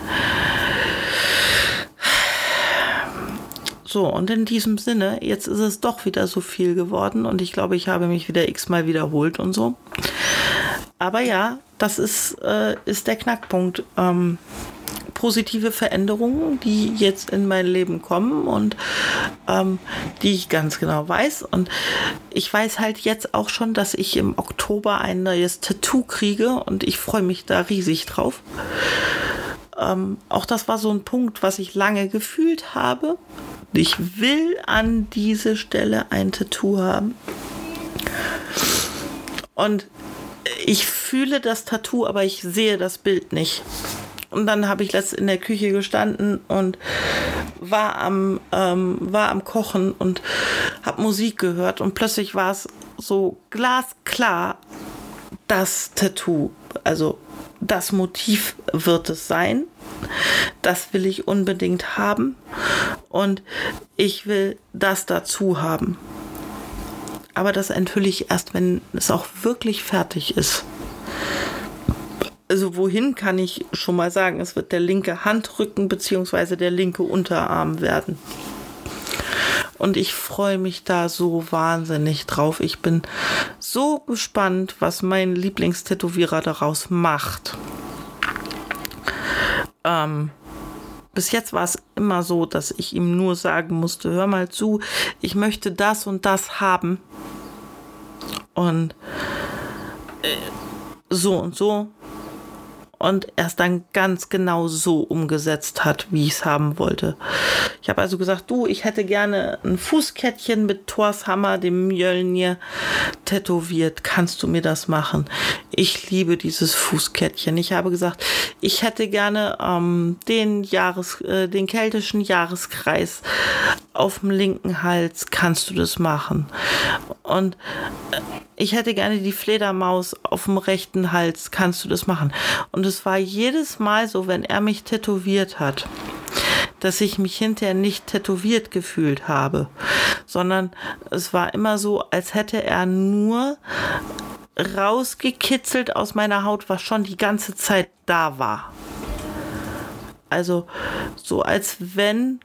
So, und in diesem Sinne, jetzt ist es doch wieder so viel geworden und ich glaube, ich habe mich wieder x-mal wiederholt und so. Aber ja, das ist, äh, ist der Knackpunkt. Ähm, positive Veränderungen, die jetzt in mein Leben kommen und ähm, die ich ganz genau weiß. Und ich weiß halt jetzt auch schon, dass ich im Oktober ein neues Tattoo kriege und ich freue mich da riesig drauf. Ähm, auch das war so ein Punkt, was ich lange gefühlt habe. Ich will an diese Stelle ein Tattoo haben. Und ich fühle das Tattoo, aber ich sehe das Bild nicht. Und dann habe ich letztens in der Küche gestanden und war am, ähm, war am Kochen und habe Musik gehört. Und plötzlich war es so glasklar, das Tattoo, also das Motiv wird es sein. Das will ich unbedingt haben. Und ich will das dazu haben. Aber das enthülle ich erst, wenn es auch wirklich fertig ist. Also wohin kann ich schon mal sagen, es wird der linke Handrücken bzw. der linke Unterarm werden. Und ich freue mich da so wahnsinnig drauf. Ich bin so gespannt, was mein Lieblingstätowierer daraus macht. Ähm, bis jetzt war es immer so, dass ich ihm nur sagen musste, hör mal zu, ich möchte das und das haben. Und äh, so und so. Und er es dann ganz genau so umgesetzt hat, wie ich es haben wollte. Ich habe also gesagt, du, ich hätte gerne ein Fußkettchen mit Thors Hammer, dem Mjölnir, tätowiert. Kannst du mir das machen? Ich liebe dieses Fußkettchen. Ich habe gesagt, ich hätte gerne ähm, den, Jahres, äh, den keltischen Jahreskreis auf dem linken Hals. Kannst du das machen? Und äh, ich hätte gerne die Fledermaus auf dem rechten Hals. Kannst du das machen? Und es war jedes Mal so, wenn er mich tätowiert hat, dass ich mich hinterher nicht tätowiert gefühlt habe, sondern es war immer so, als hätte er nur rausgekitzelt aus meiner Haut, was schon die ganze Zeit da war. Also so, als wenn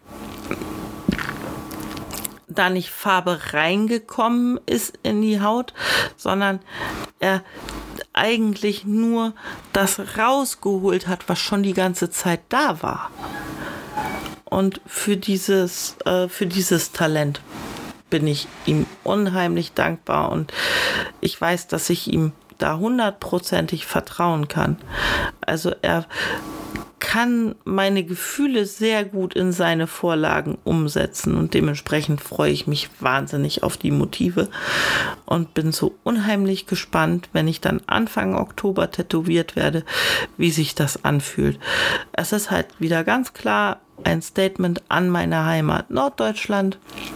da nicht Farbe reingekommen ist in die Haut, sondern er eigentlich nur das rausgeholt hat, was schon die ganze Zeit da war. Und für dieses, äh, für dieses Talent bin ich ihm unheimlich dankbar und ich weiß, dass ich ihm da hundertprozentig vertrauen kann. Also er kann meine Gefühle sehr gut in seine Vorlagen umsetzen und dementsprechend freue ich mich wahnsinnig auf die Motive und bin so unheimlich gespannt, wenn ich dann Anfang Oktober tätowiert werde, wie sich das anfühlt. Es ist halt wieder ganz klar ein Statement an meine Heimat Norddeutschland,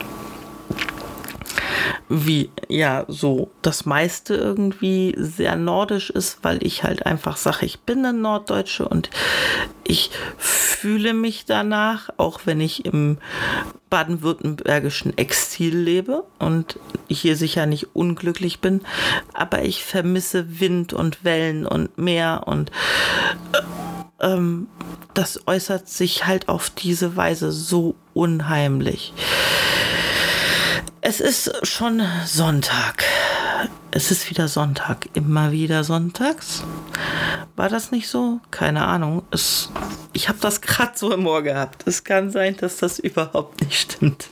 wie ja so das meiste irgendwie sehr nordisch ist, weil ich halt einfach sage, ich bin eine Norddeutsche und ich fühle mich danach, auch wenn ich im baden-württembergischen Exil lebe und hier sicher nicht unglücklich bin, aber ich vermisse Wind und Wellen und Meer und äh, ähm, das äußert sich halt auf diese Weise so unheimlich. Es ist schon Sonntag. Es ist wieder Sonntag. Immer wieder sonntags. War das nicht so? Keine Ahnung. Es, ich habe das gerade so im Ohr gehabt. Es kann sein, dass das überhaupt nicht stimmt.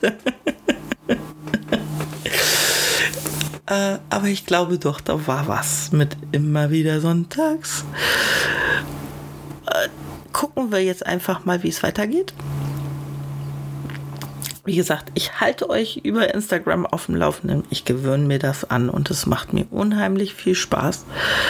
äh, aber ich glaube doch, da war was mit immer wieder sonntags. Äh, gucken wir jetzt einfach mal, wie es weitergeht. Wie gesagt, ich halte euch über Instagram auf dem Laufenden. Ich gewöhne mir das an und es macht mir unheimlich viel Spaß.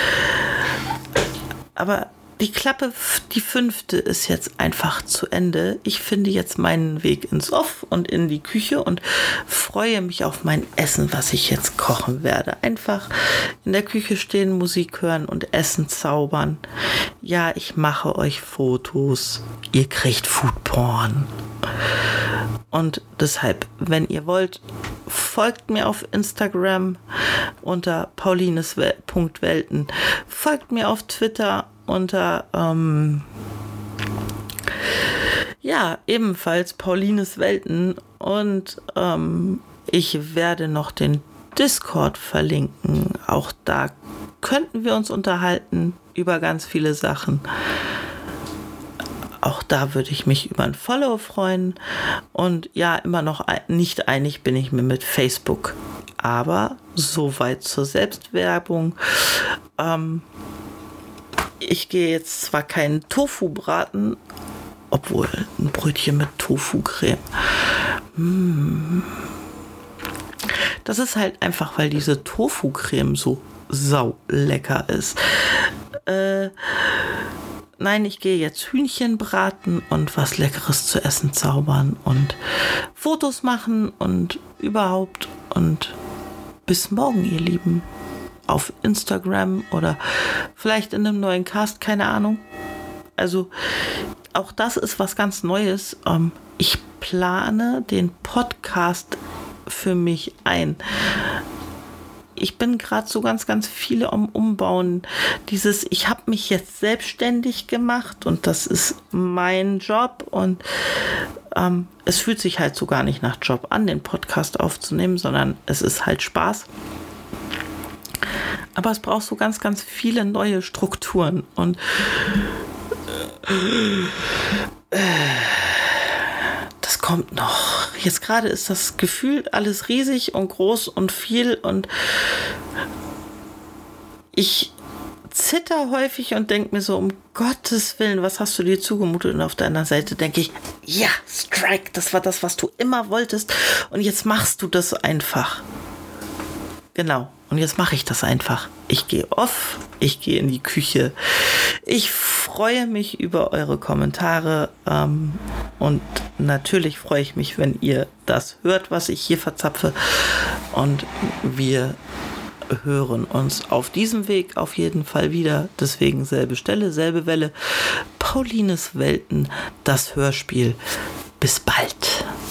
Aber die Klappe, die fünfte, ist jetzt einfach zu Ende. Ich finde jetzt meinen Weg ins Off und in die Küche und freue mich auf mein Essen, was ich jetzt kochen werde. Einfach in der Küche stehen, Musik hören und Essen zaubern. Ja, ich mache euch Fotos. Ihr kriegt Foodporn. Und deshalb, wenn ihr wollt, folgt mir auf Instagram unter paulines punkt welten. Folgt mir auf Twitter unter ähm, ja, ebenfalls Paulines Welten. Und ähm, ich werde noch den Discord verlinken. Auch da könnten wir uns unterhalten über ganz viele Sachen. Auch da würde ich mich über ein Follow freuen. Und ja, immer noch nicht einig bin ich mir mit Facebook. Aber soweit zur Selbstwerbung. Ähm, ich gehe jetzt zwar keinen Tofu braten, obwohl ein Brötchen mit Tofu-Creme. Mmh. Das ist halt einfach, weil diese Tofu-Creme so sau lecker ist. Äh... Nein, ich gehe jetzt Hühnchen braten und was Leckeres zu essen zaubern und Fotos machen und überhaupt. Und bis morgen, ihr Lieben. Auf Instagram oder vielleicht in einem neuen Cast, keine Ahnung. Also auch das ist was ganz Neues. Ich plane den Podcast für mich ein. Ich bin gerade so ganz, ganz viele am Umbauen. Dieses, ich habe mich jetzt selbstständig gemacht und das ist mein Job und ähm, es fühlt sich halt so gar nicht nach Job an, den Podcast aufzunehmen, sondern es ist halt Spaß. Aber es braucht so ganz, ganz viele neue Strukturen und äh, das kommt noch. Jetzt gerade ist das Gefühl alles riesig und groß und viel und ich zitter häufig und denke mir so, um Gottes Willen, was hast du dir zugemutet? Und auf der anderen Seite denke ich, ja, Strike, das war das, was du immer wolltest und jetzt machst du das einfach. Genau, und jetzt mache ich das einfach. Ich gehe off, ich gehe in die Küche. Ich freue mich über eure Kommentare ähm, und natürlich freue ich mich, wenn ihr das hört, was ich hier verzapfe. Und wir hören uns auf diesem Weg auf jeden Fall wieder. Deswegen selbe Stelle, selbe Welle. Paulines Welten, das Hörspiel. Bis bald.